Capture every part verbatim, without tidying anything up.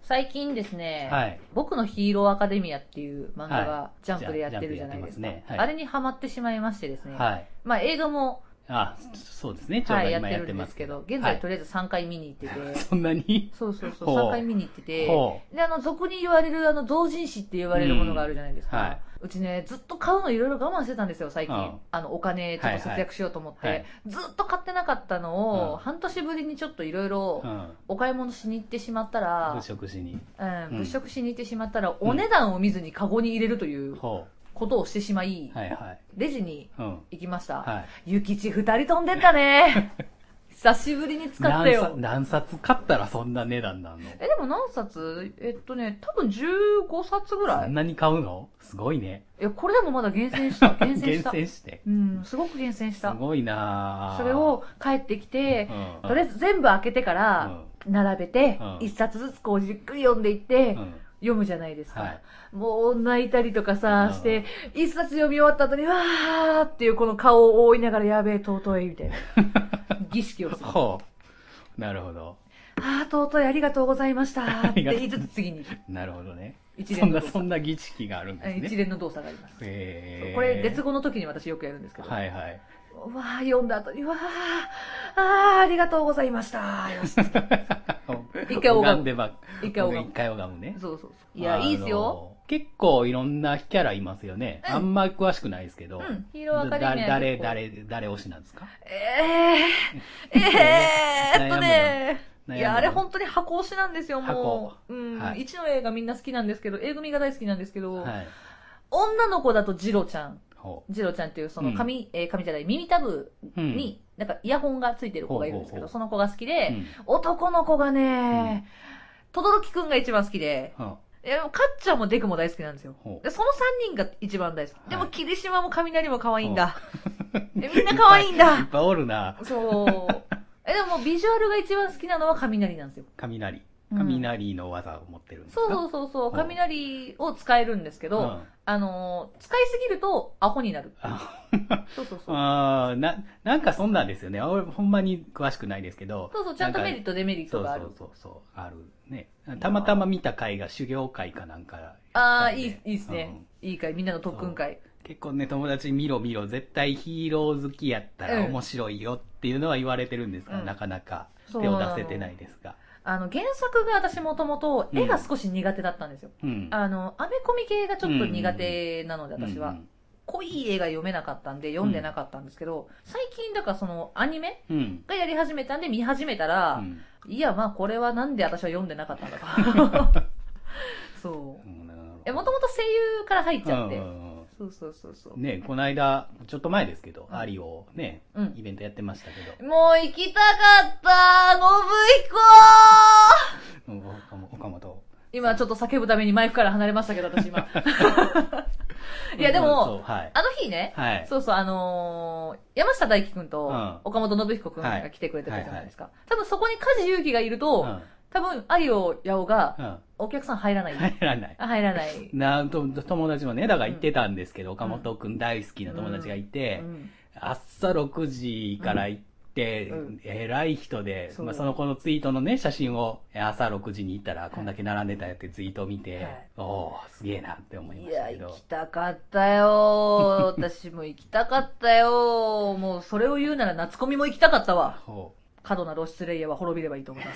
最近ですね、 はい、 僕のヒーローアカデミアっていう漫画がジャンプでやってるじゃないですか。 ねはい、 あれにハマってしまいましてですね。 はい、 まあ映画も、 あ、そうですね、ちょうど今やってますけど。 はい、やってるんですけど、現在とりあえずさんかい見に行ってて。 そんなにそうそうそう、さんかい見に行ってて。で、あの、俗に言われる、あの、同人誌って言われるものがあるじゃないですか。うんはい、うちね、ずっと買うのいろいろ我慢してたんですよ、最近。うん、あの、お金ちょっと節約しようと思って。はいはい、ずっと買ってなかったのを、うん、半年ぶりにちょっといろいろお買い物しに行ってしまったら、 物色しに。 うん、物色しに行ってしまったら、お値段を見ずにカゴに入れるという。うんことをしてしまい、はいはい、レジに行きました。はい、ゆきち二人飛んでったね。久しぶりに使ったよ。 何, 何冊買ったらそんな値段なの？ え、でも何冊？えっとね、多分じゅうごさつぐらい。 そんなに買うの？すごいね。 いや、これでもまだ厳選した。厳選した。 厳選して。 うん、すごく厳選した。 すごいなぁ。 それを帰ってきて、うん、とりあえず全部開けてから、並べて、一、うん、冊ずつこうじっくり読んでいって、うん読むじゃないですか、はい、もう泣いたりとかさして一冊読み終わった後にわーっていうこの顔を覆いながらやべえ尊いみたいな儀式をする。 ほう、なるほど。 あー尊いありがとうございましたって言いつつ次になるほどね。 一連のそんなそんな儀式があるんですね。 一連の動作があります。 へー。 これ列語の時に私よくやるんですけど、 はいはい。 わー読んだ後にわーあーありがとうございましたよし一回拝む一回拝む一回拝むね。 そうそうそう。いやいいですよ。 結構いろんなキャラいますよね、うん、あんま詳しくないですけど、 うん、ヒーローアカデミア誰誰誰推しなんですか？ えーえーっとねいやあれ本当に箱推しなんですよ。もう、うんはい、一の映画みんな好きなんですけど A 組が大好きなんですけど、はい、女の子だとジロちゃんジロちゃんっていうその髪、うんえー、髪じゃない耳たぶになんかイヤホンがついてる子がいるんですけど、うん、その子が好きで、うん、男の子がねとどろきくんが一番好きで、うんいや、カッチャーもデクも大好きなんですよ。で、そのさんにんが一番大好き。はい、でも、霧島も雷も可愛いんだ。みんな可愛いんだ。 いっぱいおるな。 そう。え、でももうビジュアルが一番好きなのは雷なんですよ。 雷。雷の技を持ってるんですか？ そうそうそうそう。雷を使えるんですけど、うん、あのー、使いすぎるとアホになる。そうそうそう。 ああ、な、なんかそんなんですよね。俺ほんまに詳しくないですけど。 そうそう、ちゃんとメリット、デメリットがある。 そうそうそうそう、あるね。たまたま見た回が修行会かなんか。 ああ、いい、いいですね。うん、いい回、みんなの特訓会。 結構ね、友達見ろ見ろ、絶対ヒーロー好きやったら面白いよっていうのは言われてるんですが、うん、なかなか手を出せてないですが。 あの、原作が私もともと絵が少し苦手だったんですよ。うん、あの、アメコミ系がちょっと苦手なので、私は。うんうん、濃い絵が読めなかったんで、読んでなかったんですけど、うん、最近だからそのアニメがやり始めたんで見始めたら、うん、いや、まあこれはなんで私は読んでなかったんだと。そう。え、もともと声優から入っちゃって。そうそうそうそう。 ね、この間、ちょっと前ですけど、うん、アリをね、うん、イベントやってましたけど。 もう行きたかった信彦岡本。 今ちょっと叫ぶためにマイクから離れましたけど、私今。いやでも、はい、あの日ね、はい、そうそう、あのー、山下大輝くんと岡本信彦くんが来てくれてたじゃないですか。はいはいはい、多分そこに梶裕貴がいると、うん多分、アリオヤオが、お客さん入らない。 入らない。 入らない。 なと、友達もね、だから言ってたんですけど、うん、岡本くん大好きな友達がいて、うん、朝ろくじから行って、うん、偉い人で、そまあ、その子のツイートのね、写真を朝ろくじに行ったら、こんだけ並んでたやってツイートを見て、はい、おー、すげえなって思いましたけど。いや、行きたかったよ私も行きたかったよもう、それを言うなら夏コミも行きたかったわ。ほう過度な露出レイヤーは滅びればいいと思います。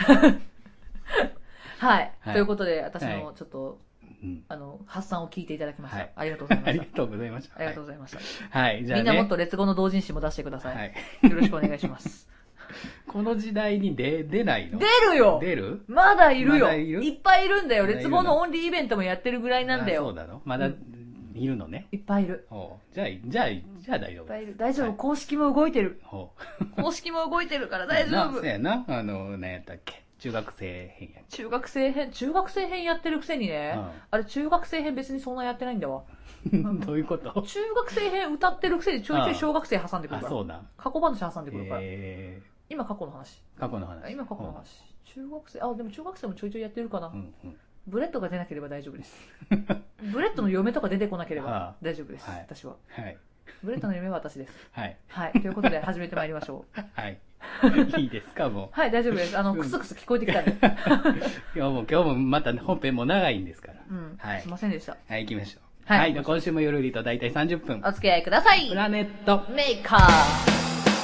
はい、はい。ということで、私のちょっと、はい、あの、発散を聞いていただきました。はい、ありがとうございました。 ありがとうございました。 ありがとうございました。 はい。じゃあ、 ね、みんなもっと劣後の同人誌も出してください。はい。よろしくお願いします。 この時代に出、出ないの？ 出るよ出るまだいるよ。まだいる？いっぱいいるんだよ。劣後のオンリーイベントもやってるぐらいなんだよ。 そうなのまだ、うんいるのね。 いっぱいいる。 おじゃあ、じゃあ、じゃあ大丈夫。 大丈夫、はい、公式も動いてる。公式も動いてるから大丈夫。 そうやな。あの、何やったっけ。中学生編や。 中学生編、中学生編やってるくせにね。うん、あれ、中学生編別にそんなやってないんだわ。 どういうこと？ 中学生編歌ってるくせにちょいちょい小学生挟んでくるから。 あ、そうだ。 過去話挟んでくるから。えー、今過去の話。 過去の話。 今過去の話。中学生、あ、でも中学生もちょいちょいやってるかな。うんうんブレッドが出なければ大丈夫です。ブレッドの嫁とか出てこなければ大丈夫です。はあ、私は、はい。ブレッドの嫁は私です。はい。はい。ということで始めてまいりましょう。はい。 いいですか、もう。 はい、大丈夫です。あの、クスクス聞こえてきたんで。 今日も、今日もまた本編も長いんですから。 うん。はい。すいませんでした。 はい、行きましょう。はい。はい、今週もゆるりとだいたいさんじゅっぷん。 お付き合いください。 プラネットメーカー。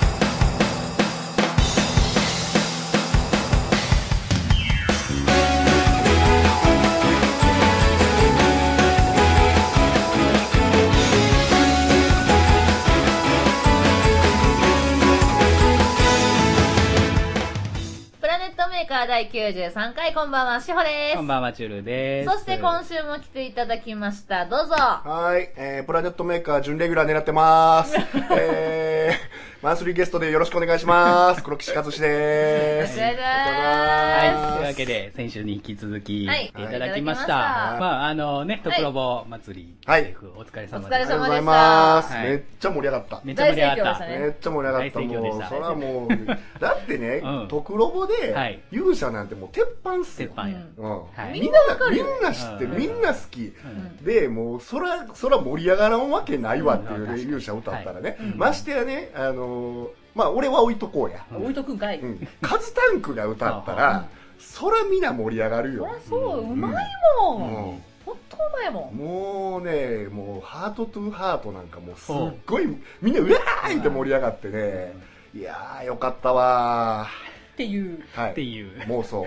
だいきゅうじゅうさんかい、こんばんは、しほです。 こんばんは、ちゅるです。 そして今週も来ていただきました。どうぞ。 はい、えー、プラネットメーカー準レギュラー狙ってます。えー、マンスリーゲストでよろしくお願いします。黒木和志です。 お願いします。 はい、というわけで、先週に引き続き、来ていただきました。はい、まあ、あのね、とくろぼ祭り、はい、お疲れ様です。 お疲れ様でした。ありがとうございます。めっちゃ盛り上がった。 めっちゃ盛り上がった。 めっちゃ盛り上がった。もう、それはもう、だってね、とくろぼで、勇者なんてもう鉄板っすよ。 鉄板や。 みんなわかるよ。 みんな知ってる。みんな好き。で、もう、そら、そら盛り上がらんわけないわっていうね、勇者歌ったらね。ましてやね、あの、まあ、俺は置いとこうや。 置いとくんかい。 カズタンクが歌ったら、そらみんな盛り上がるよ。 そりゃそう、うまいもん。ほんとうまいもん。 もうね、もう、ハートトゥーハートなんかもう、すっごい、みんな、うわーいって盛り上がってね、いやー、よかったわー。 っていう。 はい。っていう。 妄想。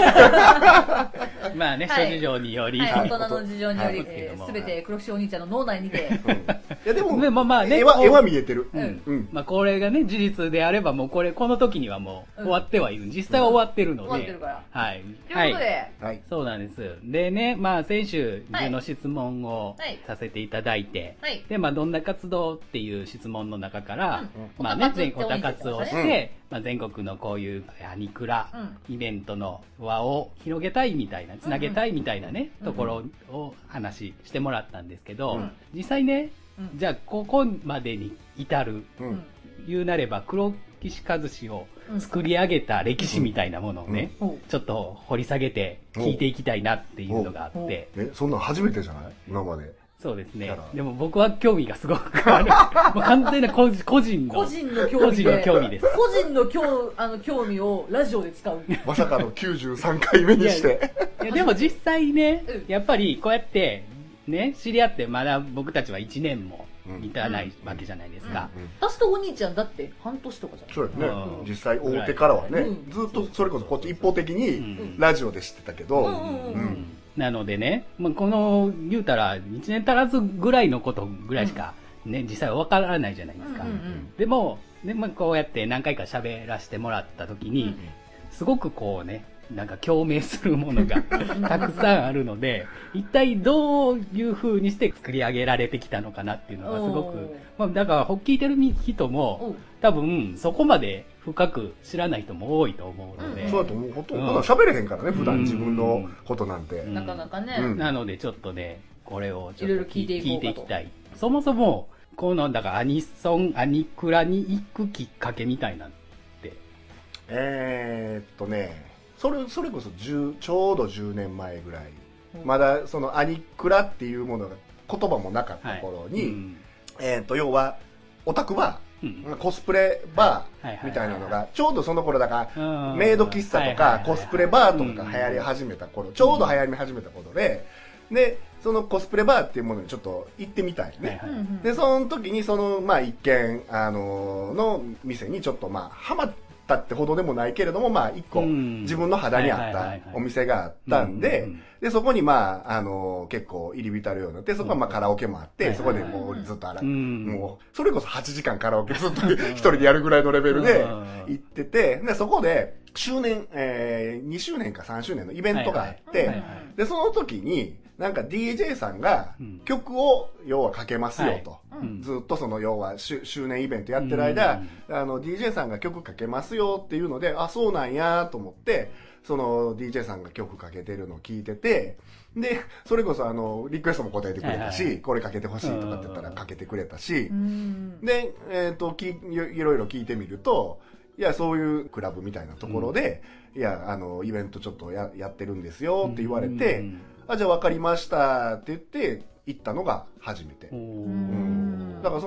まあね、諸事情により。 はい、大人の事情により、すべて黒木お兄ちゃんの脳内にて。 いやでも、 まあまあね、 絵は、絵は見えてる。 うん。まあこれがね、事実であれば、もうこれ、この時にはもう終わってはいる。実際は終わってるので。 終わってるから。 はい。 ということで。 はい。 そうなんです。でね、まあ先週、自の質問をさせていただいて、で、まあどんな活動っていう質問の中から、まあね、全おたかつをして、まあ全国のこういうアニクラ、イベントの輪を広げたいみたいな、つなげたいみたいなね、ところを話してもらったんですけど、実際ね、じゃあここまでに至る、言うなれば黒岸和志を作り上げた歴史みたいなものをね、ちょっと掘り下げて聞いていきたいなっていうのがあって。 え、そんなの初めてじゃない今まで。 そうですね。でも僕は興味がすごくある。もう完全な個人の。 個人の興味で。 個人の興味です。 個人の興あの興味をラジオで使う。 まさかのきゅうじゅうさんかいめにして。 いや、でも実際ね、やっぱりこうやって、ね、知り合ってまだ僕たちはいちねんも満たないわけじゃないですか。 私とお兄ちゃんだって半年とかじゃない。 そうですね。実際大手からはね、ずっとそれこそこっち一方的にラジオで知ってたけど、 なのでね、まあ、この、言うたら、いちねん足らずぐらいのことぐらいしか、ね、うん、実際は分からないじゃないですか。うんうんうん、でも、ね、まあ、こうやって何回か喋らせてもらった時に、うんうん、すごくこうね、なんか共鳴するものがたくさんあるので、一体どういう風にして作り上げられてきたのかなっていうのがすごく、まあ、だから聞いてる人も、多分そこまで深く知らない人も多いと思うので。 うん、そうだと思う。ほとんど喋れへんからね、普段自分のことなんて。 なかなかね、 うん。なのでちょっとね、これをちょっと聞いていきたい。そもそも、この、だからアニソン、アニクラに行くきっかけみたいなんて。 えーっとね、それ、それこそちょうどじゅうねんまえぐらい。うん、まだそのアニクラっていうものが言葉もなかった頃に、はいうん、えーっと、要は、オタクは、うん、コスプレバーみたいなのがちょうどその頃だからメイド喫茶とかコスプレバーとかが流行り始めた頃、ちょうど流行り始めた頃で、でそのコスプレバーっていうものにちょっと行ってみたいね。でその時にそのまあ一軒あのの店にちょっとまあハマったってほどでもないけれども、まあ一個自分の肌に合ったお店があったんで、でそこにまああの結構入り浸るようになって、そこはまあカラオケもあって、そこでもうずっとあら、もうそれこそはちじかんカラオケずっと一人でやるぐらいのレベルで行ってて、でそこで周年、えー、にしゅうねんかさんしゅうねんのイベントがあって、でその時になんか ディージェー さんが曲を要はかけますよと、はい、ずっとその要は周年イベントやってる間、うん、あの ディージェー さんが曲かけますよっていうので、あ、そうなんやと思って、その ディージェー さんが曲かけてるのを聞いてて、でそれこそあのリクエストも答えてくれたし、はいはい、これかけてほしいとかって言ったらかけてくれたし、で、えー、ときいろいろ聞いてみると、いやそういうクラブみたいなところで、うん、いやあのイベントちょっと や, やってるんですよって言われて、あ、じゃあ分かりましたって言って行ったのが初めて。うん、だからその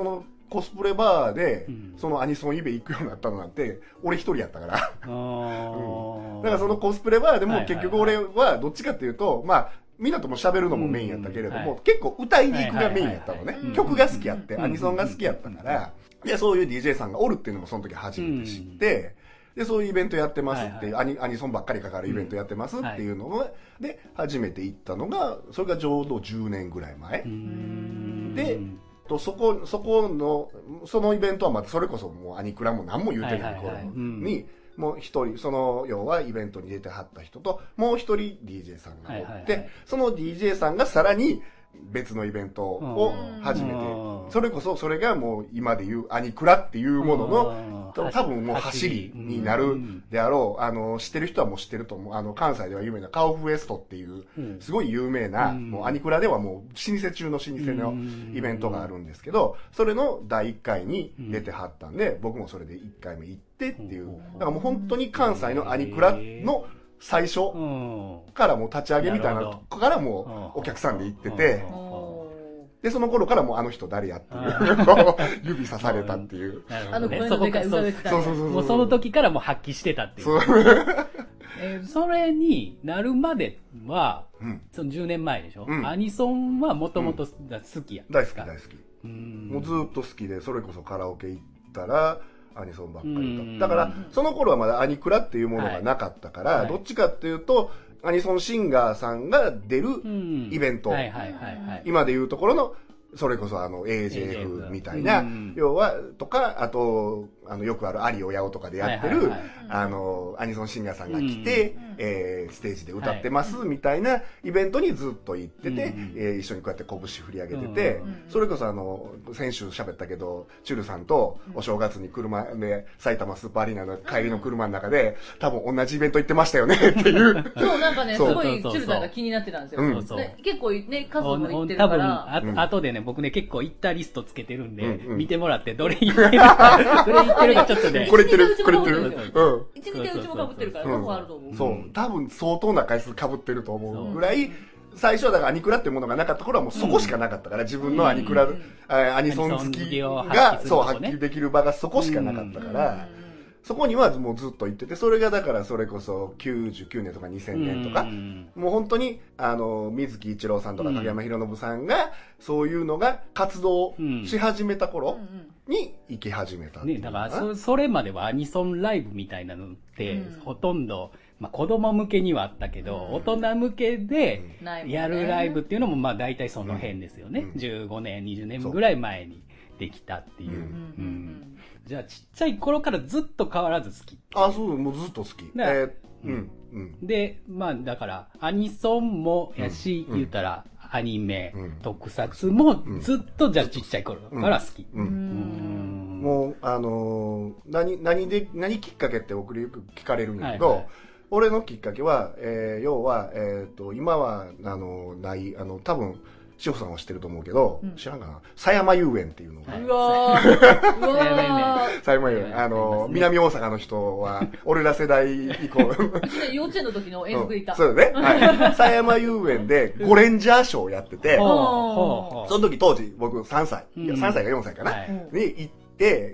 コスプレバーで、うん、そのアニソンイベ行くようになったのなんて俺一人やったから、うん、だからそのコスプレバーでも結局俺はどっちかっていうと、まあみんなとも喋るのもメインやったけれども、うんはい、結構歌いに行くがメインやったのね、曲が好きやって、アニソンが好きやったから、でそういう ディージェー さんがおるっていうのもその時初めて知って、でそういうイベントやってますって、はいはい、アニ、アニソンばっかりかかるイベントやってますっていうのを、うんはい、で初めて行ったのがそれがちょうどじゅうねんぐらい前で、とそこそこのそのイベントはまたそれこそもうアニクラも何も言うてない頃にもう一人その要はイベントに出てはった人ともう一人 ディージェー さんがおって、はいはいはい、その ディージェー さんがさらに別のイベントを始めて、それこそそれがもう今でいうアニクラっていうものの多分もう走りになるであろう、あの知ってる人はもう知ってると思う、あの関西では有名なカオフウエストっていうすごい有名な、もうアニクラではもう老舗中の老舗のイベントがあるんですけど、それのだいいっかいに出てはったんで、僕もそれでいっかいめ行ってっていう、だからもう本当に関西のアニクラの最初からもう立ち上げみたいなとこからもうお客さんで行ってて、でその頃からもうあの人誰やっていう指さされたっていう、 あの声のでかい歌でそうそうそう、もうその時からもう発揮してたっていう。えー、それになるまでは、うん、そのじゅうねんまえでしょ、うん、アニソンはもともと好きやったんですか？ 大好き大好き。うん、もうずっと好きで、それこそカラオケ行ったらアニソンばっかり歌った。だからその頃はまだアニクラっていうものがなかったから、はい、どっちかっていうとアニソンシンガーさんが出るイベント、今でいうところのそれこそあの エージェーエフ みたいな、要はとか、あとあのよくあるアリオヤオとかでやってるあのアニソンシンガーさんが来て、えー、ステージで歌ってますみたいなイベントにずっと行ってて、えー、一緒にこうやって拳振り上げてて、それこそあの先週喋ったけどチュルさんとお正月に車で埼玉スーパーアリーナの帰りの車の中で多分同じイベント行ってましたよねっていうそうなんかねすごいチュルさんが気になってたんですよ、うん、結構ね家族も行ってるから多分あとでね僕ね結構行ったリストつけてるんで、うんうん、見てもらってどれ行ってるかどれ行ってるかちょっとねこれ行ってるこれ行ってるいちにちうちも被ってるからどこあると思う、 そう多分相当な回数被ってると思うぐらい最初はだからアニクラっていうものがなかった頃はもうそこしかなかったから、自分のアニクラ、うん、アニソン好きがそう発揮できる場がそこしかなかったから、うんそこにはもうずっと行ってて、それがだからそれこそきゅうじゅうきゅうねんとかにせんねんとか、うん、もう本当にあの水木一郎さんとか影山博信さんがそういうのが活動し始めた頃に行き始めたっていう、 ね、だからそそれまではアニソンライブみたいなのって、うん、ほとんど、まあ、子供向けにはあったけど、うん、大人向けでやるライブっていうのもまあ大体その辺ですよね、うん、じゅうごねんにじゅうねんぐらい前にできたっていう、うんうんじゃあちっちゃい頃からずっと変わらず好き。 あ、そう、もうずっと好き。えー、うん、うん。で、まあだから、アニソンもやし、うん、言ったら、アニメ、うん、特撮もずっとじゃあちっちゃい頃から好き。うん。うんうんもう、あのー、何、何で、何きっかけって僕よく聞かれるんだけど、はいはい、俺のきっかけは、えー、要は、えっ、ー、と、今は、あの、ない、あの、多分、志保さんは知ってると思うけど、うん、知らんかな狭山遊園っていうのが。 うわー。うわー。狭山遊園。あの、南大阪の人は、俺ら世代以降。 幼稚園の時の遠足行った。 うん、そうだね。はい。狭山遊園でゴレンジャーショーをやってて、その時当時僕さんさい、いやさんさいかよんさいかな、に行って、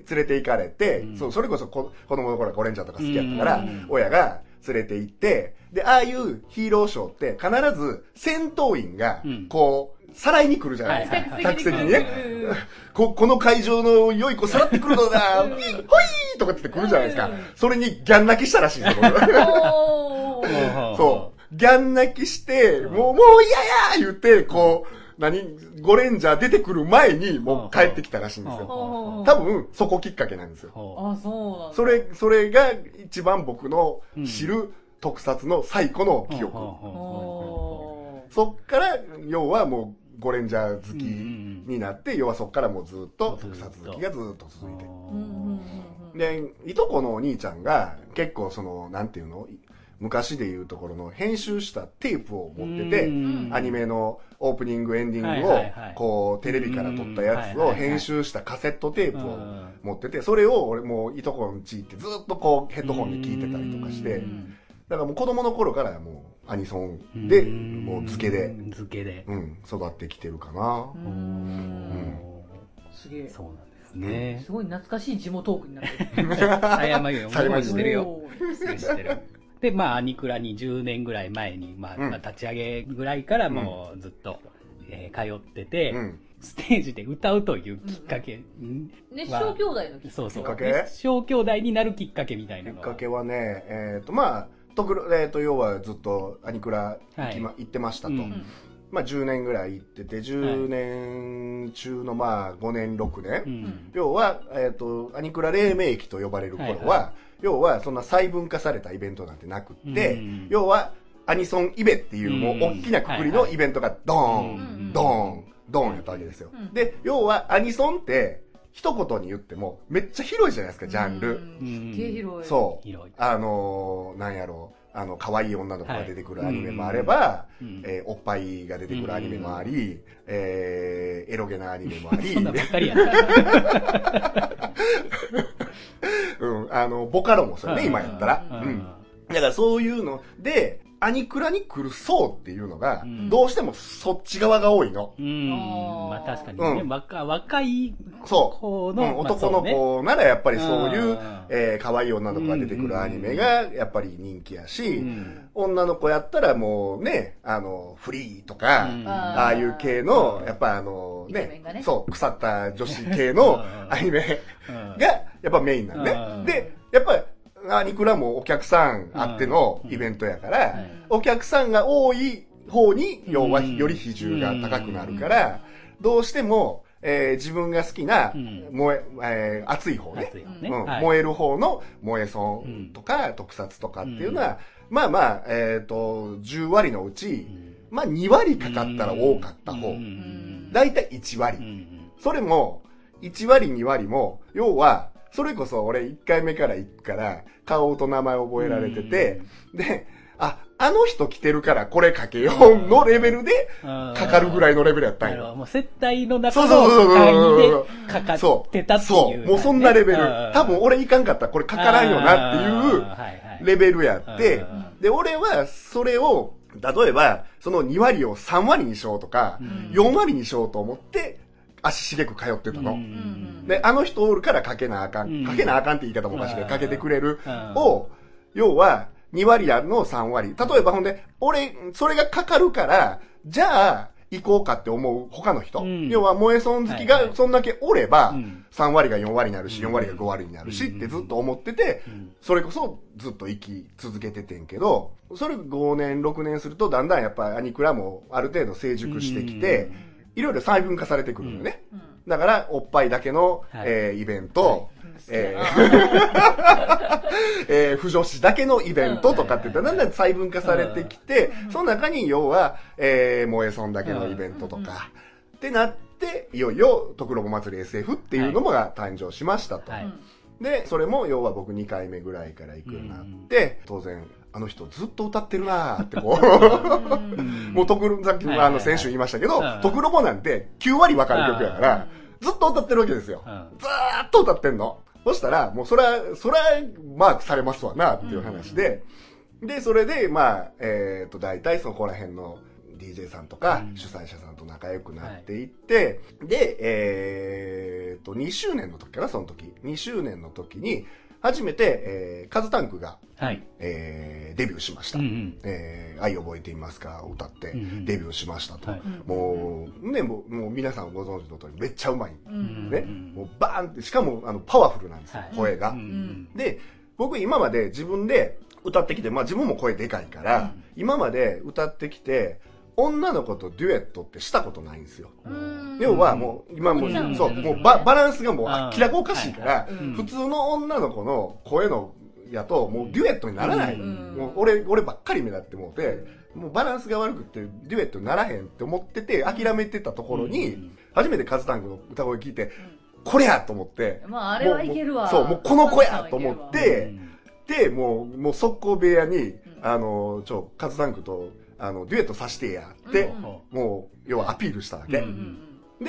連れて行かれて、うん、そうそれこそ子供の頃はゴレンジャーとか好きやったから、親が連れて行って、で、ああいうヒーローショーって必ず戦闘員が、こう、さらいに来るじゃないですか。客席にね。こ、この会場の良い子さらってくるのだほいとかって来るじゃないですか。それにギャン泣きしたらしいんですよ。そう。ギャン泣きして、もう、もう嫌や言って、こう、何ゴレンジャー出てくる前にもう帰ってきたらしいんですよ。多分、そこきっかけなんですよ。 あ、そうなんだ。 それ、それが一番僕の知る特撮の最古の記憶。そっから、要はもう、ゴレンジャー好きになって、要はそっからもうずっと特撮好きがずっと続いて。で、いとこのお兄ちゃんが結構その、なんていうの昔でいうところの編集したテープを持ってて、アニメのオープニングエンディングをこうテレビから撮ったやつを編集したカセットテープを持ってて、それを俺もういとこの家行ってずっとこうヘッドホンで聞いてたりとかして、だからもう子供の頃からもうアニソンでもう漬けで漬けで、 うん、育ってきてるかな。 うん、すげえ。 そうなんですね。 すごい懐かしい地元トークになってる。 狭山湯をもう知ってるよ。知ってる。で、まあ、アニクラにじゅうねんぐらい前に、まあ、うん、立ち上げぐらいからもうずっと、うん、えー、通ってて、うん、ステージで歌うというきっかけ、 うん、熱唱兄弟のきっかけ。 そうそう。熱唱兄弟になるきっかけみたいなのは。きっかけはね、えっ、ー、と、まあ、とくる、えっ、ー、と、要はずっとアニクラ行き、まはい、行ってましたと。うん、まあ、じゅうねんぐらい行ってて、じゅうねん中のまあごねんろくねん、うん、要は、えっ、ー、とアニクラ黎明期と呼ばれる頃は、はいはい、要はそんな細分化されたイベントなんてなくって、うん、要はアニソンイベっていうもう大きなくくりのイベントがドーン、はいはい、ドーンドーンやったわけですよ、うん、で要はアニソンって一言に言ってもめっちゃ広いじゃないですか、ジャンル。 すげえ広い。 そう。あのー、なんやろう。あの、可愛い女の子が出てくるアニメもあれば、はい、えー、おっぱいが出てくるアニメもあり、えー、エロゲなアニメもあり。 そんなばっかりやな。 うん、あの、ボカロもそれね、今やったら。うん。だからそういうので、アニクラに来る層っていうのが、うん、どうしてもそっち側が多いの。 うん。まあ確かにね、うん、若, 若い子の、うん、男の子ならやっぱりそういう、えー、可愛い女の子が出てくるアニメがやっぱり人気やし、うん、女の子やったらもうね、あの、フリーとか、うん、ああいう系の、やっぱあのね、ねそう、腐った女子系のアニメがやっぱメインなんね。で、やっぱりアニクラもお客さんあってのイベントやから、うんうん、お客さんが多い方に、要はより比重が高くなるから、うん、どうしても、えー、自分が好きな、燃え、えー、熱い方ね、ねうんはい、燃える方の燃え損とか、うん、特撮とかっていうのは、うん、まあまあ、えっと、じゅうわりのうち、うん、まあにわりかかったら多かった方。うん、だいたいいちわり。うん、それも、いちわりにわりも、要は、それこそ俺いっかいめから行くから、顔と名前覚えられてて、で、あ、あの人来てるからこれかけようのレベルでかかるぐらいのレベルやったんよ。 もう接待の中の会でかかってたっていう。 そう、もうそんなレベル。多分俺行かんかったらこれかからんよなっていうレベルやって、で、俺はそれを、例えばそのにわりをさんわりにしようとか、よんわりにしようと思って、足しげく通ってたの。で、あの人おるからかけなあかん。かけなあかんって言い方もおかしいけど、かけてくれるを、要は、にわりやるのをさんわり。例えばほんで、俺、それがかかるから、じゃあ、行こうかって思う他の人。要は、萌え損好きがそんだけおれば、さんわりがよんわりになるし、よんわりがごわりになるしってずっと思ってて、それこそずっと生き続けててんけど、それごねん、ろくねんすると、だんだんやっぱアニクラもある程度成熟してきて、いろいろ細分化されてくるのよね。うん、だから、おっぱいだけの、はいえー、イベント、はいえーえー、不女子だけのイベントとかって言ったら、だんだん細分化されてきて、その中に要は、えー、萌え損だけのイベントとか、ってなって、いよいよ、トクロボ祭り エスエフ っていうのもが誕生しましたと。はい、で、それも要は僕にかいめぐらいから行くようになって、当然、あの人ずっと歌ってるなーってこう。もう、トクロ、さっきあの先週言いましたけど、トクロボなんてきゅうわりわかる曲やから、ずっと歌ってるわけですよ。ずーっと歌ってんの。そしたら、もうそれは、それはマークされますわなっていう話で、で、それで、まあ、えっと、大体そこら辺の ディージェー さんとか、主催者さんと仲良くなっていって、で、えっと、にしゅうねんの時かな、その時。にしゅうねんの時に、初めて、えー、カズタンクが、はいえー、デビューしました。うんうんえー、愛覚えていますかを歌ってデビューしましたと。うんうん、もう、ね、もう、もう皆さんご存知の通りめっちゃうまい。うんうん、ね。もうバーンって、しかもあのパワフルなんですよ、はい、声が、うんうん。で、僕今まで自分で歌ってきて、まあ自分も声でかいから、うん、今まで歌ってきて、女の子とデュエットってしたことないんですよ。要はもう、今もう、そう、もうババランスがもう明らかおかしいから、普通の女の子の声のやと、もうデュエットにならない。もう俺、俺ばっかり目立ってもうて、もうバランスが悪くてデュエットにならへんって思ってて、諦めてたところに、初めてカズタンクの歌声聞いて、これやと思って、 まああれはいけるわ。 そう、もうこの子やと思って、で、もう、もう速攻部屋に、あの、ちょ、カズタンクと、あの、デュエットさせてやって、うん、もう、要はアピールしたわけ。うん、で、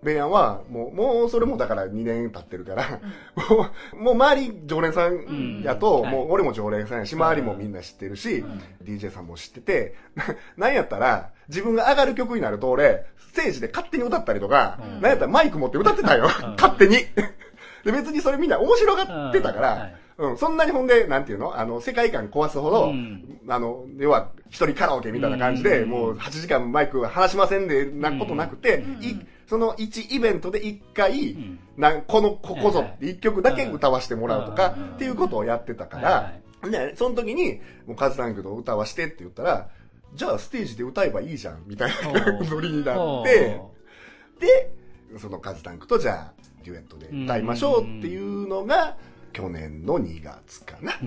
ベイヤンは、もう、もうそれもだからにねん経ってるから、うん、もう、もう周り常連さんやと、うん、もう俺も常連さんやし、周りもみんな知ってるし、うん、ディージェー さんも知ってて、なんやったら、自分が上がる曲になると俺、ステージで勝手に歌ったりとか、うん、なんやったらマイク持って歌ってたよ。勝手に。で、別にそれみんな面白がってたから、うん、そんなにほんで、なんていうのあの、世界観壊すほど、うん、あの、要は、一人カラオケみたいな感じで、うん、もうはちじかんマイク離しませんで、なことなくて、うん、いそのいちイベントでいっかい、うん、なこの、ここぞっていっきょくだけ歌わせてもらうとか、っていうことをやってたから、で、その時に、もうカズタンクと歌わしてって言ったら、じゃあステージで歌えばいいじゃん、みたいなノリになって、で、そのカズタンクとじゃあ、デュエットで歌いましょうっていうのが、去年のにがつかな。うん、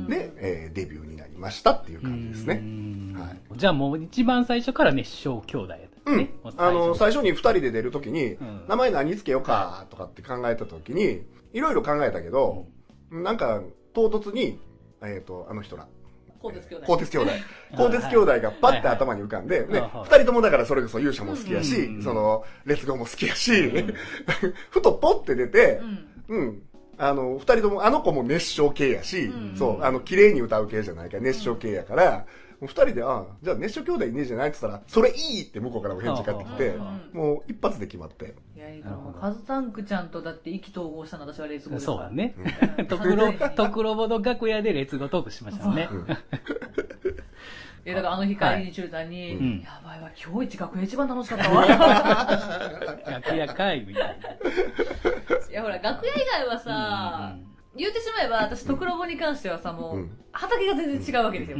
で、えー、デビューになりましたっていう感じですね。はい、 じゃあもう一番最初から熱唱兄弟やったね。 うん。あの、最初に二人で出るときに、うん、名前何つけようかとかって考えたときに、いろいろ考えたけど、うん、なんか、唐突に、えっ、ー、と、あの人ら。 鋼鉄兄弟。 鋼鉄兄弟。鋼鉄兄弟がパッて頭に浮かんで、で、二人ともだからそれこそ勇者も好きやし、うん、その、列語も好きやし、うん、ふとポッて出て、うん、うんあの、二人とも、あの子も熱唱系やし、うん、そう、あの、綺麗に歌う系じゃないから、熱唱系やから、もう二人で、あじゃあ熱唱兄弟いねえじゃないって言ったら、それいいって向こうからも返事返ってきて、もう一発で決まって。 いや、いいかも。カズタンクちゃんとだって意気投合したの私はレツゴです。 そうだね。とくろ、とくろぼの楽屋でレツゴトークしましたね。 いやだからあの日帰りに中さんに、はいうん、やばいわ、今日一楽屋一番楽しかったわ。 楽屋会みたいな。 いやほら、楽屋以外はさ、うんうん、言ってしまえば、私、トクロボに関してはさ、もう、うん、畑が全然違うわけですよ。うん、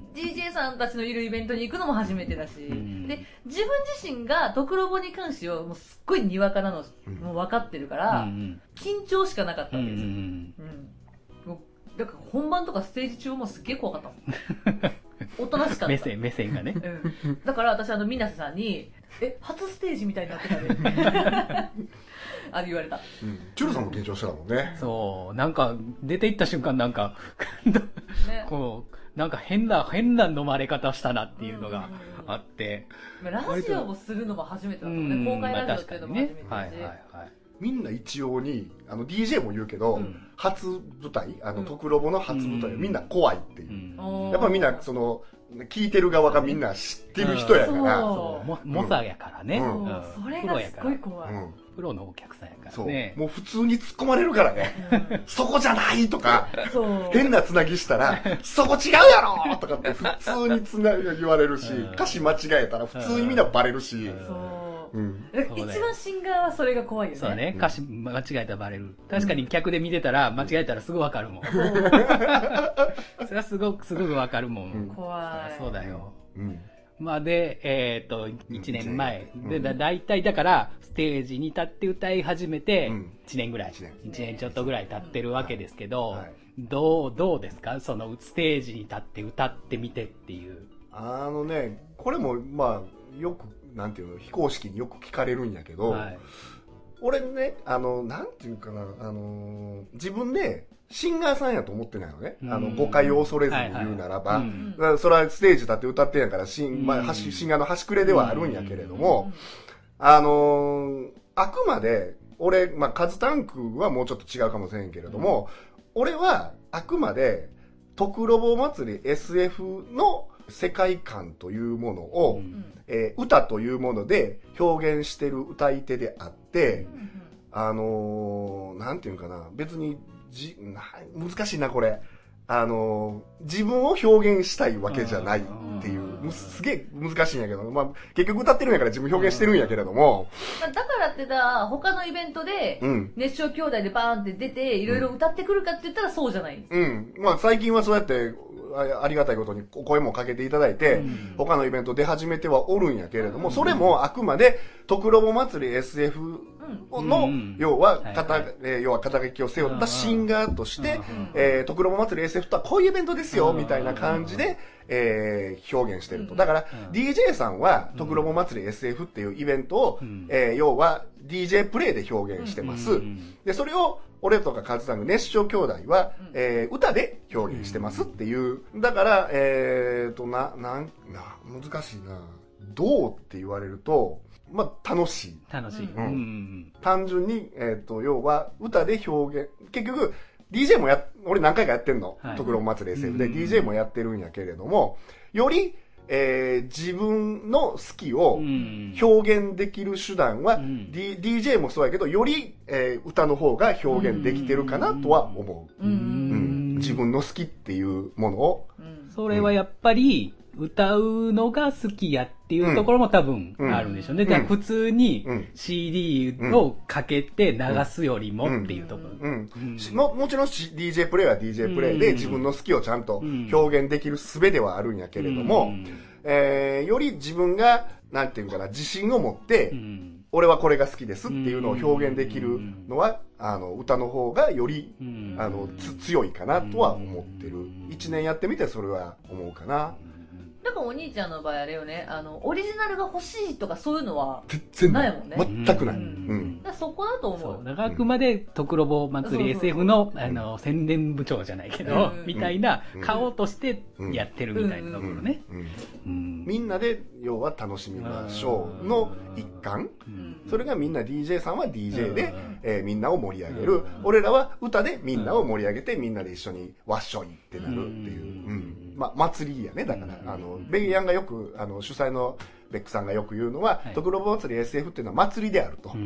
ディージェー さんたちのいるイベントに行くのも初めてだし、うん、で、自分自身がトクロボに関しては、もうすっごいにわかなの、もう分かってるから、うん、緊張しかなかったわけですよ。うんうん、だから本番とかステージ中もすっげえ怖かったもん。おとなしかった。 目線、目線がね。 うん、だから私、あの、水瀬さんに、え、初ステージみたいになってたね。あれ言われた。 うん。チュルさんも緊張してたもんね。 そう。なんか、出て行った瞬間なんか、ね、こう、なんか変な、変な飲まれ方したなっていうのがあって。 うんうんうん、ラジオをするのも初めてだったもんね。うん、公開ラジオっていうのも初めてだし。はいはいはい。 みんな一応に、あの、ディージェー も言うけど、うん、初舞台、あの、トクロボの初舞台、うん、みんな怖いっていう。うん、やっぱみんな、その、聞いてる側がみんな知ってる人やから。 そう。も、猛者やからね。 うんうん、それがすごい怖い。うんプロのお客さんやからね。 そう。もう普通に突っ込まれるからね。うん、そこじゃないとか、変なつなぎしたら、そこ違うやろとかって普通につな言われるし、うん、歌詞間違えたら普通にみんなバレるし。 うん、そう。うん、一番シンガーはそれが怖いよね。 そうね。歌詞間違えたらバレる。確かに客で見てたら間違えたらすぐわかるもん。それはすごく、すごくわかるもん。 うん、怖い。 そうだよ。うんまあで、えっ、ー、と、いちねんまえ。で、だ、だいたいだから、ステージに立って歌い始めて、いちねんぐらい。いちねんちょっとぐらい経ってるわけですけど、はいはい、どう、どうですかその、ステージに立って歌ってみてっていう。 あのね、これも、まあ、よく、なんていうの、非公式によく聞かれるんやけど、はい、俺ね、あの、なんていうかな、あの、自分で、シンガーさんやと思ってないのね。あの、誤解を恐れずに言うならば。それはステージ立って歌ってんやから、シン、まあ、シンガーの端くれではあるんやけれども、あのー、あくまで、俺、まあ、カズタンクはもうちょっと違うかもしれんけれども、俺は、あくまで、トクロボ祭り エスエフ の世界観というものを、えー、歌というもので表現してる歌い手であって、あのー、なんていうかな、別に、じ難しいなこれあの自分を表現したいわけじゃないっていうすげえ難しいんやけど、まあ、結局歌ってるんやから自分表現してるんやけれどもだからってだ他のイベントで熱唱兄弟でバーンって出ていろいろ歌ってくるかって言ったらそうじゃないんです、 うん、まあ最近はそうやってありがたいことにお声もかけていただいて、うん、他のイベント出始めてはおるんやけれども、うん、それもあくまでトクロボ祭り エスエフ の、うん、要は肩、はいはいえー、要は肩書きを背負ったシンガーとして、うんえー、トクロボ祭り エスエフ とはこういうイベントですよ、うん、みたいな感じで、えー、表現してると。だから、うん、ディージェー さんはトクロボ祭り エスエフ っていうイベントを、うんえー、要は ディージェー プレイで表現してます。うん、で、それを俺とかカズさんの熱唱兄弟は、うんえー、歌で表現してますっていう。だから、えーと、な、なん、な、難しいな。 どうって言われると、まあ、楽しい。 楽しい。 うん。単純に、えっと、要は、歌で表現、結局、ディージェー もや、俺何回かやってんの。はい、特論祭り エスエフ で ディージェー もやってるんやけれども、より、えー、自分の好きを表現できる手段は、うん、D、ディージェー もそうやけど、より、えー、歌の方が表現できてるかなとは思う。うんうん、自分の好きっていうものを。 それはやっぱり、歌うのが好きやっていうところも多分あるんでしょうね。うん、だから普通に シーディー をかけて流すよりもっていうところ。 うんうん、も, もちろん ディージェー プレイは ディージェー プレイで自分の好きをちゃんと表現できる術ではあるんやけれども、えー、より自分が、なんていうかな、自信を持って、俺はこれが好きですっていうのを表現できるのは、あの、歌の方がより、あの、つ強いかなとは思ってる。一年やってみてそれは思うかな。 だからお兄ちゃんの場合あれよね、あの、オリジナルが欲しいとかそういうのはないもんね。 全くない。うん。 うん、だそこだと思う。そう。 だからあくまで、トクロボ祭り エスエフ の、あの、宣伝部長じゃないけど、みたいな、顔としてやってるみたいなところね。 みんなで、要は楽しみましょうの一環。それがみんな ディージェー さんは ディージェー で、えー、みんなを盛り上げる。俺らは歌でみんなを盛り上げて、みんなで一緒にわっしょいってなるっていう。うん。まあ、祭りやね。だから、あの、ベイヤンがよく、あの、主催のベックさんがよく言うのは、はい、トクロボ祭り エスエフ っていうのは祭りであると。うんうん、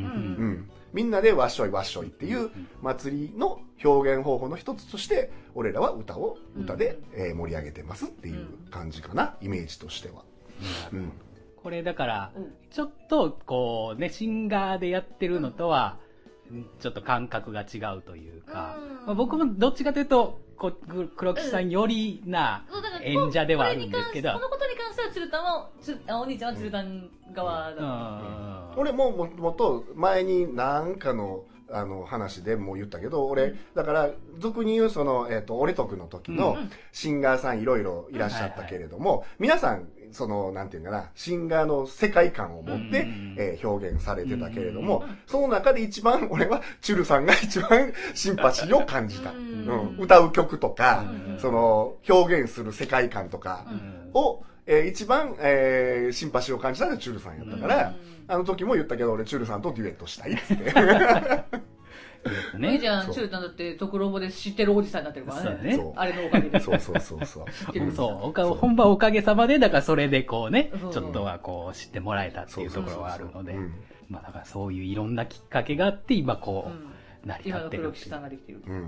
みんなでわっしょいわっしょいっていう祭りの表現方法の一つとして、俺らは歌を、歌で、えー、盛り上げてますっていう感じかな、イメージとしては。 うん、これだから、ちょっと、こうね、シンガーでやってるのとは、ちょっと感覚が違うというか、まあ、僕もどっちかというと、こ黒木さんよりな演者ではあるんですけど、 このことに関してはチルタンはお兄ちゃんはチルタン側だと、うん、 俺もももと前に何かのあの話でも言ったけど、俺、うん、だから俗に言うその、えーと、俺徳の時のシンガーさんいろいろいらっしゃったけれども、皆さんそのなんていうかな、シンガーの世界観を持って、うん、えー、表現されてたけれども、うん、その中で一番俺はチュルさんが一番シンパシーを感じた、うん、歌う曲とか、うん、その表現する世界観とかを、えー、一番、えー、シンパシーを感じたのはチュルさんやったから、うん、あの時も言ったけど俺チュルさんとデュエットしたいっつってね、じゃん、チュルタンだってトクロボで知ってるおじさんになってるからね。そうね。あれのおかげで。 そうそうそうそう。 知ってる。そう。おか、本場おかげさまで、だからそれでこうね、ちょっとはこう知ってもらえたっていうところはあるので、まあだからそういういろんなきっかけがあって、今こう、成り立ってる。今の黒木さんができてる。うん。うん。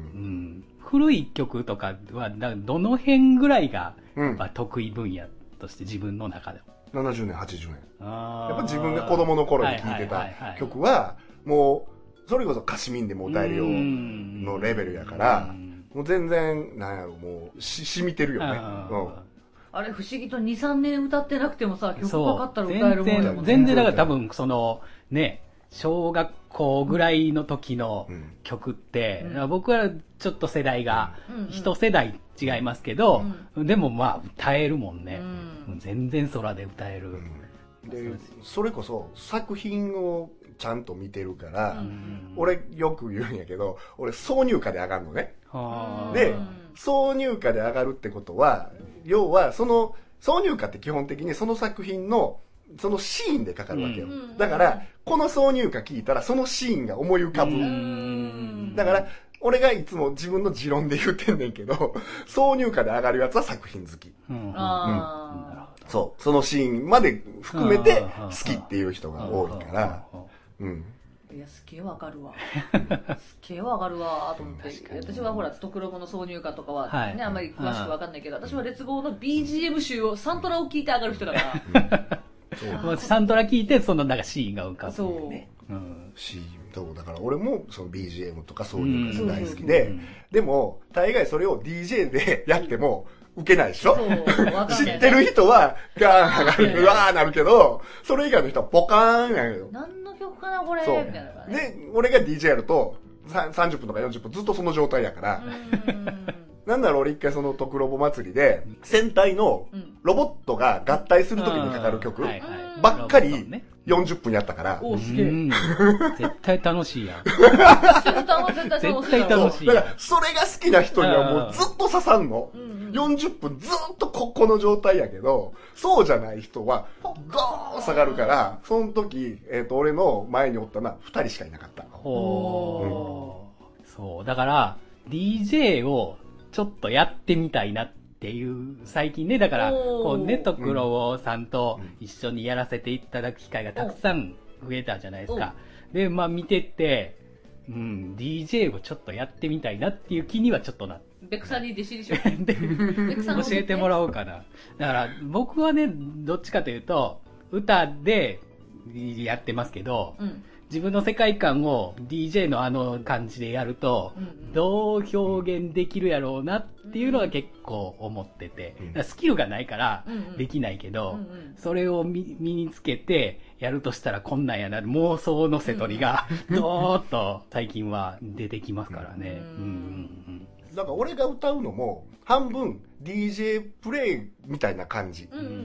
古い曲とかは、どの辺ぐらいが、やっぱ得意分野として自分の中でも。 ななじゅうねん、はちじゅうねん。やっぱ自分が子供の頃に聴いてた曲は、もう、それこそ歌詞民でも歌えるよのレベルやから、もう全然、なんやろ、もう、し、染みてるよね。うん。 あれ、不思議とに、さんねん歌ってなくてもさ、曲かかったら歌えるもんだもんね。 全然、だから多分、その、ね、小学校ぐらいの時の曲って、うん、僕はちょっと世代が、一世代違いますけど、うん、でもまあ、歌えるもんね。うん、全然空で歌える。 うん、で、それこそ、作品を、ちゃんと見てるから、うん、俺よく言うんやけど、俺挿入歌で上がるのね。で、挿入歌で上がるってことは、要はその、挿入歌って基本的にその作品の、そのシーンでかかるわけよ。うん、だから、この挿入歌聞いたらそのシーンが思い浮かぶ。うん、だから、俺がいつも自分の持論で言ってんねんけど、挿入歌で上がるやつは作品好き。うんうんそう。そのシーンまで含めて好きっていう人が多いから、うん。 いや、すげえわかるわ。すげえわかるわ、と思って。私はほら、トクロボの挿入歌とかはね、はい、あんまり詳しくわかんないけど、私は劣望の ビージーエム 集を、サントラを聴いて上がる人だから。 そう。サントラ聴いて、そのなんかシーンが浮かぶ、ね。 そう。 うん。シーン。そう、だから俺もその ビージーエム とか挿入歌が大好きで、でも、大概それを ディージェー でやっても、受けないでしょ知ってる人は、ガーン上がる、うわーなるけど、それ以外の人はポカーンやるよ。 何の曲かな、これみたいな、ね。 で、俺が ディージェー やると、さんじゅっぷんとかよんじゅっぷんずっとその状態やから、 なんだろう、俺一回そのトクロボ祭りで、戦隊のロボットが合体するときにかかる曲ばっかりよんじゅっぷんやったから。 お、すげえ。 絶対楽しいやん。 絶対楽しい。 だから、それが好きな人にはもうずっと刺さんの。よんじゅっぷんずっとここの状態やけど、そうじゃない人は、ゴーン下がるから、その時、えっと、俺の前におったのはふたりしかいなかった。 ほー。そう。だから、ディージェー をちょっとやってみたいなっていう、最近ね、だから、こうね、トクロボさんと一緒にやらせていただく機会がたくさん増えたじゃないですか。で、まあ見てて、うん、ディージェー をちょっとやってみたいなっていう気にはちょっとなって。 ベクさんに弟子にしよう。 教えてもらおうかな。だから僕はね、どっちかというと、歌でやってますけど、うん、自分の世界観を ディージェー のあの感じでやると、うん、どう表現できるやろうなっていうのが結構思ってて、うん、スキルがないからできないけど、うんうん、それを身につけてやるとしたらこんなんやな、妄想の瀬取りがどーっと最近は出てきますからね。うんうんうんだから俺が歌うのも半分 ディージェー プレイみたいな感じ、うんうんうん、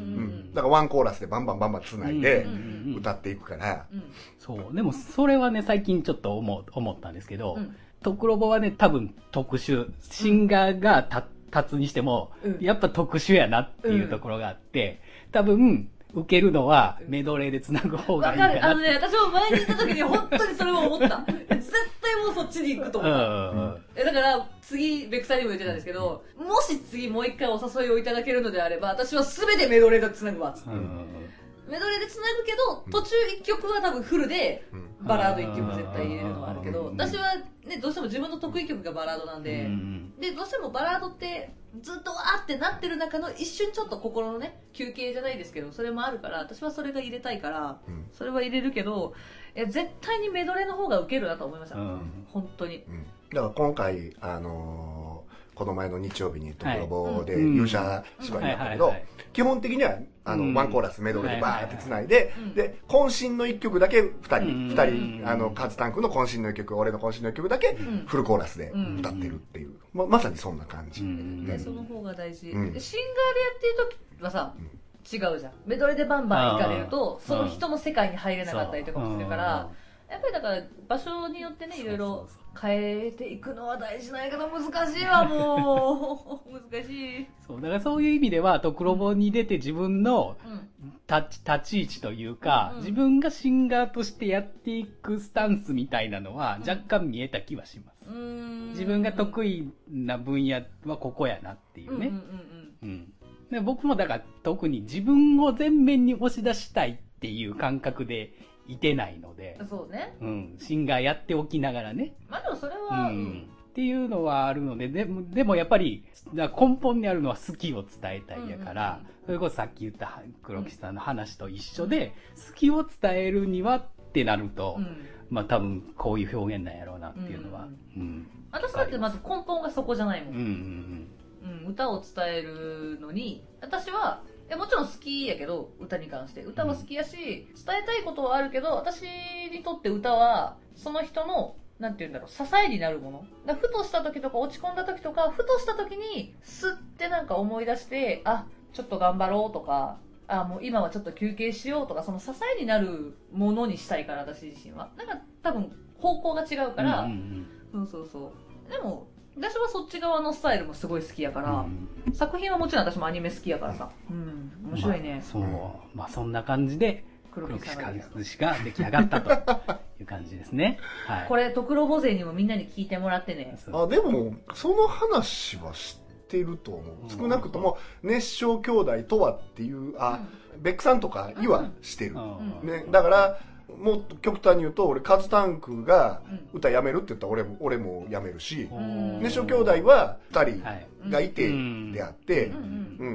だからワンコーラスでバンバンバンバンつないで歌っていくから、 うんうんうん、そうでもそれはね最近ちょっと思思ったんですけど、うん、トクロボはね多分特殊シンガーが立つにしても、うん、やっぱ特殊やなっていうところがあって、うん、多分受けるのはメドレーで繋ぐ方がいいかな。わかる。 あのね、私も前に行った時に本当にそれを思った。絶対もうそっちに行くと思った。うんうん、だから、次、ベクさんにも言ってたんですけど、もし次もう一回お誘いをいただけるのであれば、私は全てメドレーで繋ぐわ、つって。うんうんメドレーで繋ぐけど、途中一曲は多分フルで、バラード一曲絶対入れるのがあるけど、私はね、どうしても自分の得意曲がバラードなんで、で、どうしてもバラードってずっとわーってなってる中の一瞬ちょっと心のね、休憩じゃないですけど、それもあるから、私はそれが入れたいから、それは入れるけど、いや絶対にメドレーの方がウケるなと思いました。本当に。 だから今回、あのー、この前の日曜日にトクロボで勇者芝居になったけど、基本的にはあの、うん、ワンコーラスメドレーでバーって繋いで、うん、で、渾身の一曲だけ二人、二、うん、人、あの、カズタンクの渾身の一曲、俺の渾身の一曲だけフルコーラスで歌ってるっていう。ま、まさにそんな感じ。 うんね、その方が大事、うん。で、シンガーでやってる時はさ、うん、違うじゃん。メドレーでバンバン行かれると、その人の世界に入れなかったりとかもするから、やっぱりだから場所によってね、いろいろ変えていくのは大事なんやけど難しいわ、もう。難しい。 そう、だからそういう意味では、トクロボに出て自分の立ち、立ち位置というか、うん、自分がシンガーとしてやっていくスタンスみたいなのは若干見えた気はします。うん、自分が得意な分野はここやなっていうね。うんうんうんうん、で僕もだから特に自分を前面に押し出したいっていう感覚でいてないので、 そうね。 うん。シンガーやっておきながらね。 まあでもそれは、うん。 っていうのはあるので、でも、でもやっぱり、根本にあるのは好きを伝えたいやから、うんうんうん、それこそさっき言った黒木さんの話と一緒で、好きを伝えるにはってなると、うん、まあ多分こういう表現なんやろうなっていうのは。うん。うん、 私だってまず根本がそこじゃないもん。うんうんうん。うん、歌を伝えるのに、私は、いやもちろん好きやけど、歌に関して。歌は好きやし、伝えたいことはあるけど、私にとって歌は、その人の、なんて言うんだろう、支えになるもの。だふとした時とか落ち込んだ時とか、ふとした時に、スッてなんか思い出して、あ、ちょっと頑張ろうとか、あ、もう今はちょっと休憩しようとか、その支えになるものにしたいから、私自身は。なんか多分、方向が違うから、うんうんうん、そうそうそう。でも、私はそっち側のスタイルもすごい好きやから、うん、作品はもちろん私もアニメ好きやからさ、うん、面白いね。 まあ、そう、まあそんな感じで黒木和志が出来上がったという感じですね。はい、 これトクロボ勢にもみんなに聞いてもらってね。 あ、でもその話は知ってると思う。少なくとも熱唱兄弟とはっていうあ、うん、ベックさんとかいはしてる、うん、ね。だから。もう極端に言うと俺カズタンクが歌やめるって言ったら俺も俺もやめるし、熱唱兄弟はふたりがいてであって、うん、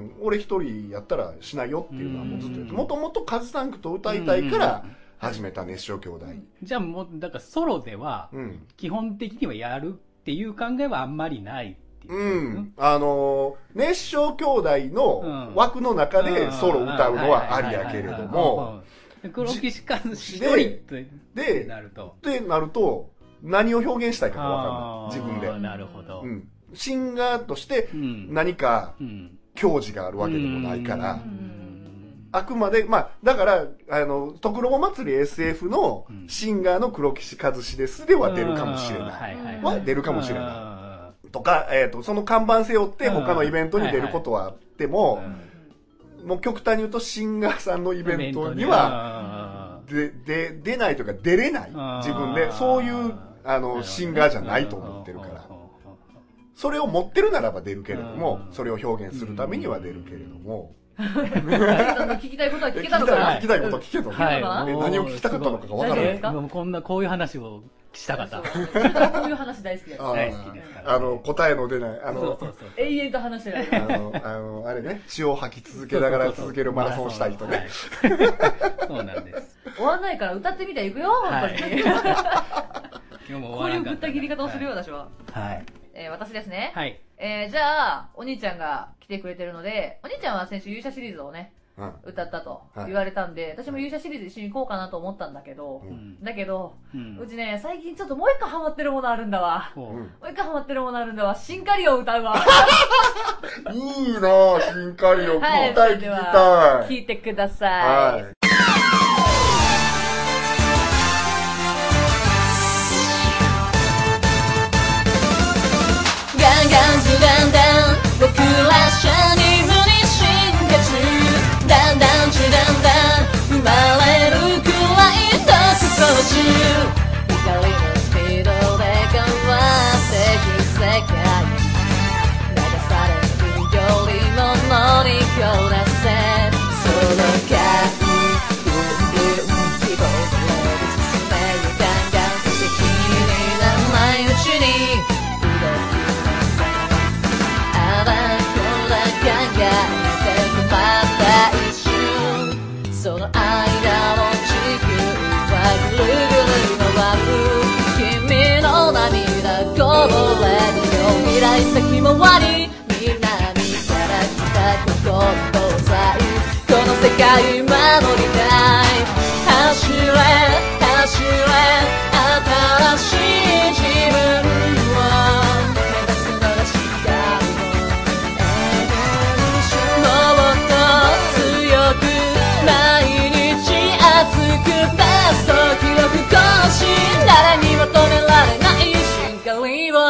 俺一人やったらしないよっていうのはもうずっと言って、もともとカズタンクと歌いたいから始めた熱唱兄弟。 じゃあもうだからソロでは基本的にはやるっていう考えはあんまりないっていう。 うん、あの熱唱兄弟の枠の中でソロ歌うのはありやけれども。 黒木和志一人ってなると。 で、なると、何を表現したいかがわかんない。自分で。 なるほど。 うん。 シンガーとして何か矜持があるわけでもないから、あくまで、まあ、だから、あの、とくろも祭り エスエフ のシンガーの黒岸和志ですでは出るかもしれない。は出るかもしれない。とか、えっと、その看板背負って他のイベントに出ることはあっても、もう極端に言うとシンガーさんのイベントには、で、で、出ないというか出れない。自分で。そういう、あの、シンガーじゃないと思ってるから。それを持ってるならば出るけれども、それを表現するためには出るけれども、 聞きたいことは聞けたのかな。 聞きたいことは聞けたのかな。何を聞きたかったのかがわからない。 こんな、こういう話をしたかった。こういう話大好きです。大好きです。あの、答えの出ない、あの、 永遠と話してられる。 あの、あの、あれね、血を吐き続けながら続けるマラソンしたい人ね。 そうなんです。 終わんないから歌ってみたら行くよ、本当に。こういうぶった切り方をするよ、私は。はい。えー、私ですね。はい。えー、じゃあ、お兄ちゃんが来てくれてるので、お兄ちゃんは先週勇者シリーズをね、うん、歌ったと言われたんで、はい、私も勇者シリーズ一緒に行こうかなと思ったんだけど、うん、だけど、うん、うちね、最近ちょっともう一個ハマってるものあるんだわ。うん、もう一個ハマってるものあるんだわ。シンカリオ歌うわ。 いいなぁ、シンカリオ。聞きたい、聞きたい。 聞いてください。はいガンガンズダンダン僕らシャニムに進化中だんだんちだんだん生まれるくらいの心中光のスピードで変わってく世界流されるよりも乗りこなせその間ブンブン希望で進めるガンガンそして気にならないうちにその間も地球はぐるぐる回る君の涙こぼれるよ未来先回り南から北ここ東西この世界守りたい走れ走れ新しい自分を目指すのがしっかりもっと強く毎日熱くベスト記録更新誰にも止められないシンカリを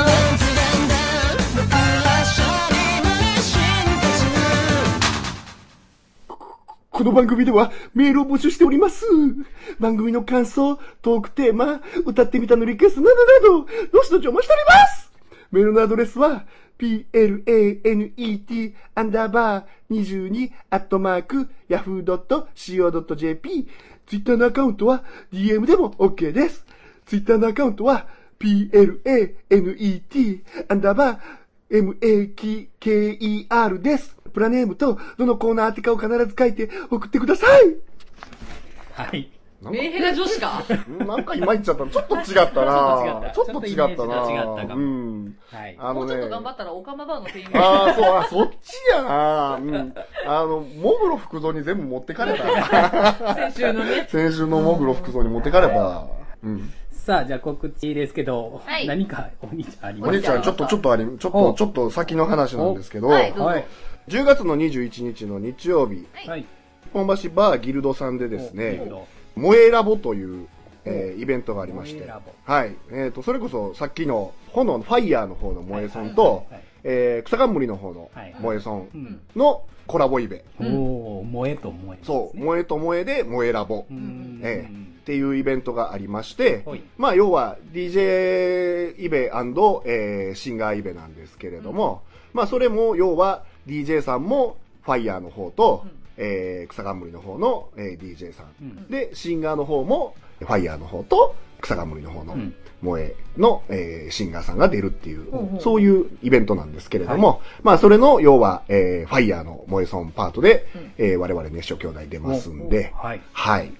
この番組ではメールを募集しております。番組の感想、トークテーマ、歌ってみたのリクエストなどなど、どしどしお待ちしております。メールのアドレスは、プラネット アンダーバーにじゅうにアットマークヤフードットシーオードットジェーピー ツイッターのアカウントは ディーエム でも OK です。ツイッターのアカウントは プラネット アンダーバー エムエーケーイーアール です。プラネームとどのコーナー宛てかを必ず書いて送ってください。 はい。 メンヘラ女子かなんか今言っちゃった。ちょっと違ったなちょっと違ったな違ったかも。うん。 はい。あのね。もうちょっと頑張ったらオカマバーの店員が。ああ、そう、あ、そっちやなうん。あの、モグロ福蔵に全部持ってかれた。 先週のね。 先週のモグロ福蔵に持ってかれた。うん。 さあ、じゃあ告知ですけど、はい、何かお兄ちゃんありますか？ お兄ちゃん、ちょっと、ちょっとあり、ちょっと、ちょっと先の話なんですけど、はい、はい、じゅうがつのにじゅういちにちの日曜日、はい、本橋バーギルドさんでですね、萌えラボという、えー、イベントがありまして、はい、えっ、ー、と、それこそさっきの炎のファイヤーの方の萌えソンと、えー、草冠の方の萌えソンのコラボイベ。 うん、おー、萌えと萌え、ね。 そう、萌えと萌えで萌えラボ。えーっていうイベントがありまして、まあ要は ディージェー イベ&、えー、シンガーイベなんですけれども、うん、まあそれも要は ディージェー さんもファイヤーの方と、うん、えー、草冠の方の、えー、ディージェー さん、うん、でシンガーの方もファイヤーの方と草冠の方の萌えの、えー、シンガーさんが出るっていう、うん、そういうイベントなんですけれども、はい、まあそれの要は、えー、ファイヤーの萌えソンパートで、うん、えー、我々熱唱兄弟出ますんで、はい、はい。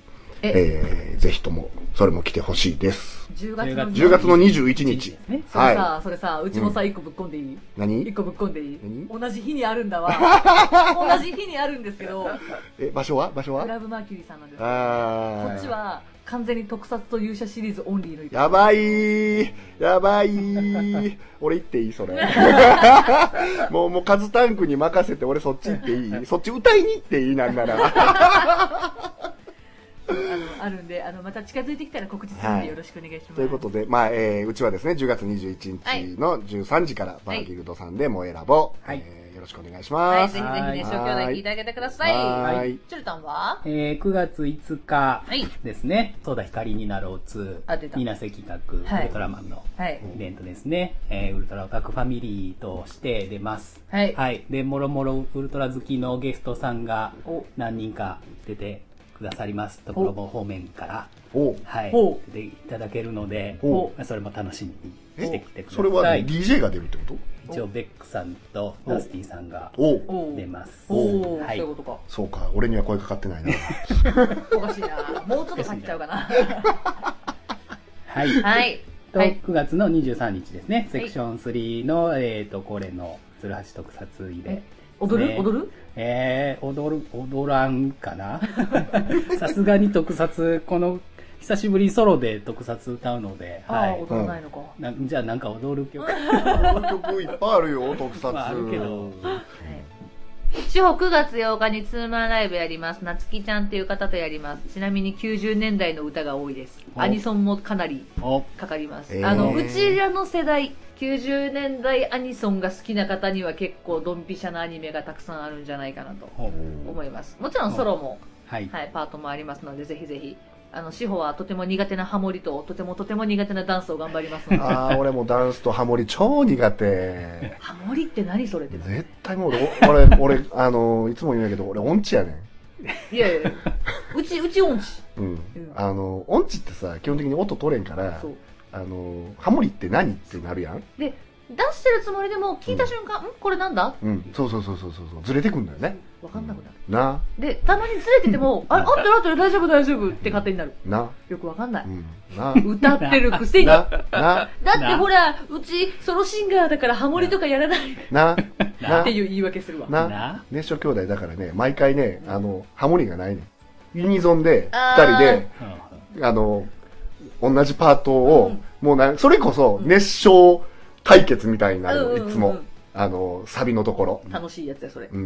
えー、ぜひとも、それも来てほしいです。 じゅうがつのじゅうがつのにじゅういちにち。 ね、それさ、それさ、うちもさ、いっこぶっこんでいい？ 何？ いっ 個ぶっこんでいい？同じ日にあるんだわ。同じ日にあるんですけど。 え、場所は場所はクラブマーキュリーさんなんですけど、こっちは完全に特撮と勇者シリーズオンリーのイベント。 やばいーやばいー俺行っていいそれ。もう、もうカズタンクに任せて俺そっち行っていい？そっち歌いに行っていいなんなら。 あの、あるんで、あの、また近づいてきたら告知するんでよろしくお願いします。はい、 ということで、まあ、えー、うちはですね、じゅうがつにじゅういちにちのじゅうさんじから、バーギルドさんでも選ぼう。はい。えー、よろしくお願いします。はい、 ぜひぜひね、小兄弟聞いてあげてください。はい。チュルタンはえー、くがついつかですね、そうだ、光になろうツー、稲瀬企画、ウルトラマンのイベントですね。えー、ウルトラオタクファミリーとして出ます。はい。はい。で、もろもろウルトラ好きのゲストさんが何人か出て、くださりますところも方面からはい出ていただけるのでそれも楽しみにしてきてください。 それは ディージェー が出るってこと？ 一応ベックさんとダスティさんが出ます。 おお、そういうことか。 そうか、俺には声かかってないな。 おかしいな。もうちょっと先っちゃうかな。 はいはいとくがつのにじゅうさんにちですね、セクションスリーのえっとこれの鶴橋特撮イベント。 踊る踊るえー、踊る、踊らんかなさすがに特撮、この、久しぶりソロで特撮歌うので、 はい。踊らないのか。 なじゃあなんか踊る曲。 踊る曲いっぱいあるよ、特撮。 まあ、あるけど。 志保くがつようかにツーマンライブやります。なつきちゃんっていう方とやります。ちなみにきゅうじゅうねんだいの歌が多いです。アニソンもかなりかかります。あの、うちらの世代、きゅうじゅうねんだいアニソンが好きな方には結構ドンピシャなアニメがたくさんあるんじゃないかなと思います。もちろんソロも、はい、はい、パートもありますので、ぜひぜひ。あの、志保はとても苦手なハモリと、とてもとても苦手なダンスを頑張りますので。 ああ、俺もダンスとハモリ超苦手。 ハモリって何それって。 絶対もう俺、俺、俺、あの、いつも言うんやけど、俺音痴やねん。いやいや、うち、うち音痴。 うん。うん、あの、音痴ってさ、基本的に音取れんから、あの、ハモリって何ってなるやん。 で、出してるつもりでも聞いた瞬間、うん、んこれなんだうん、そうそうそうそうそう、ずれてくんだよね。 わかんなくなる。 な。 で、たまにずれてても、あ、あってるあってる大丈夫大丈夫って勝手になる。な。よくわかんない。うん。な。歌ってるくせに。な。な。だってほら、うちソロシンガーだからハモリとかやらない。な。な。っていう言い訳するわ。 な。熱唱兄弟だからね、毎回ね、あの、ハモリがないね。ユニゾンで、二人で、あの、同じパートを、もうな、それこそ熱唱対決みたいになる、いつも。あの、サビのところ。 楽しいやつや、それ。うん。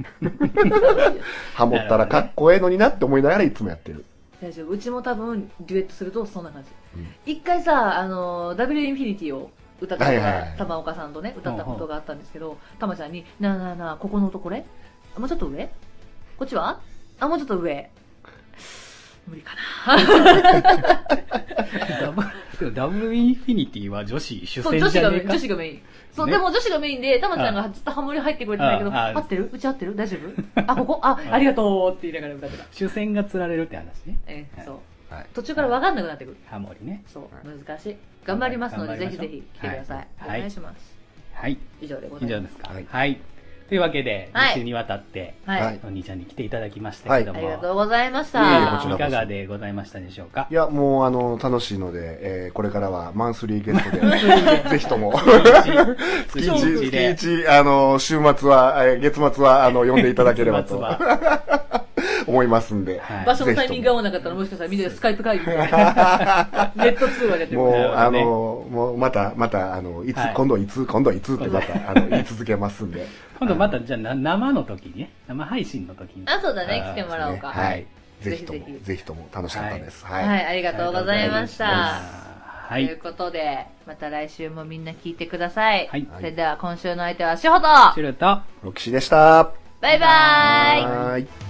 ハモったらかっこええのになって思いながらいつもやってる。 大丈夫。うちも多分、デュエットするとそんな感じ。一、うん、回さ、あの、ダブリュー インフィニティを歌ったことが、玉岡さんとね、歌ったことがあったんですけど、たまちゃんに、なあなあなあ、ここの音これもうちょっと上こっちはあ、もうちょっと上。無理かな。 ダブルインフィニティは女子主戦じゃねえか。 女子がメイン。そう、ね、でも女子がメインで、たまちゃんがずっとハモリ入ってくれてないけど、合ってるうち合ってる大丈夫あ、ここあ、ありがとうって言いながら歌ってた。 主戦が釣られるって話ね。 ええ、そう。はい、途中から分かんなくなってくる。 ハモリね。 そう、難しい。頑張りますので、ぜひぜひ来てください。お願いします。 はい。 以上でございます。 以上ですか。はい。というわけで、に週にわたって、はい、お兄ちゃんに来ていただきましたけども、 はい、ありがとうございました。 いかがでございましたでしょうか。 いや、もう、あの、楽しいので、えー、これからはマンスリーゲストで、ぜひとも、月一、月一、あの、週末は、えー、月末は、あの、呼んでいただければと。思いますんで、 はい、場所のタイミングが合わなかったらもしかしたらみんなでスカイプ会議みたいなネット通話でやってもうあのもうまたまたあのいつ、はい、今度いつ今度いつってまたあの言い続けますんで今度またじゃあ生の時にね生配信の時にあそうだね来てもらおうか、 ね、はいぜひともぜひとも楽しかったですはい、はい、ありがとうございましたはい、ということでまた来週もみんな聞いてください、はい、それでは今週の相手はしほとしゅるとロキシでしたバイバーイ。 バイバーイ。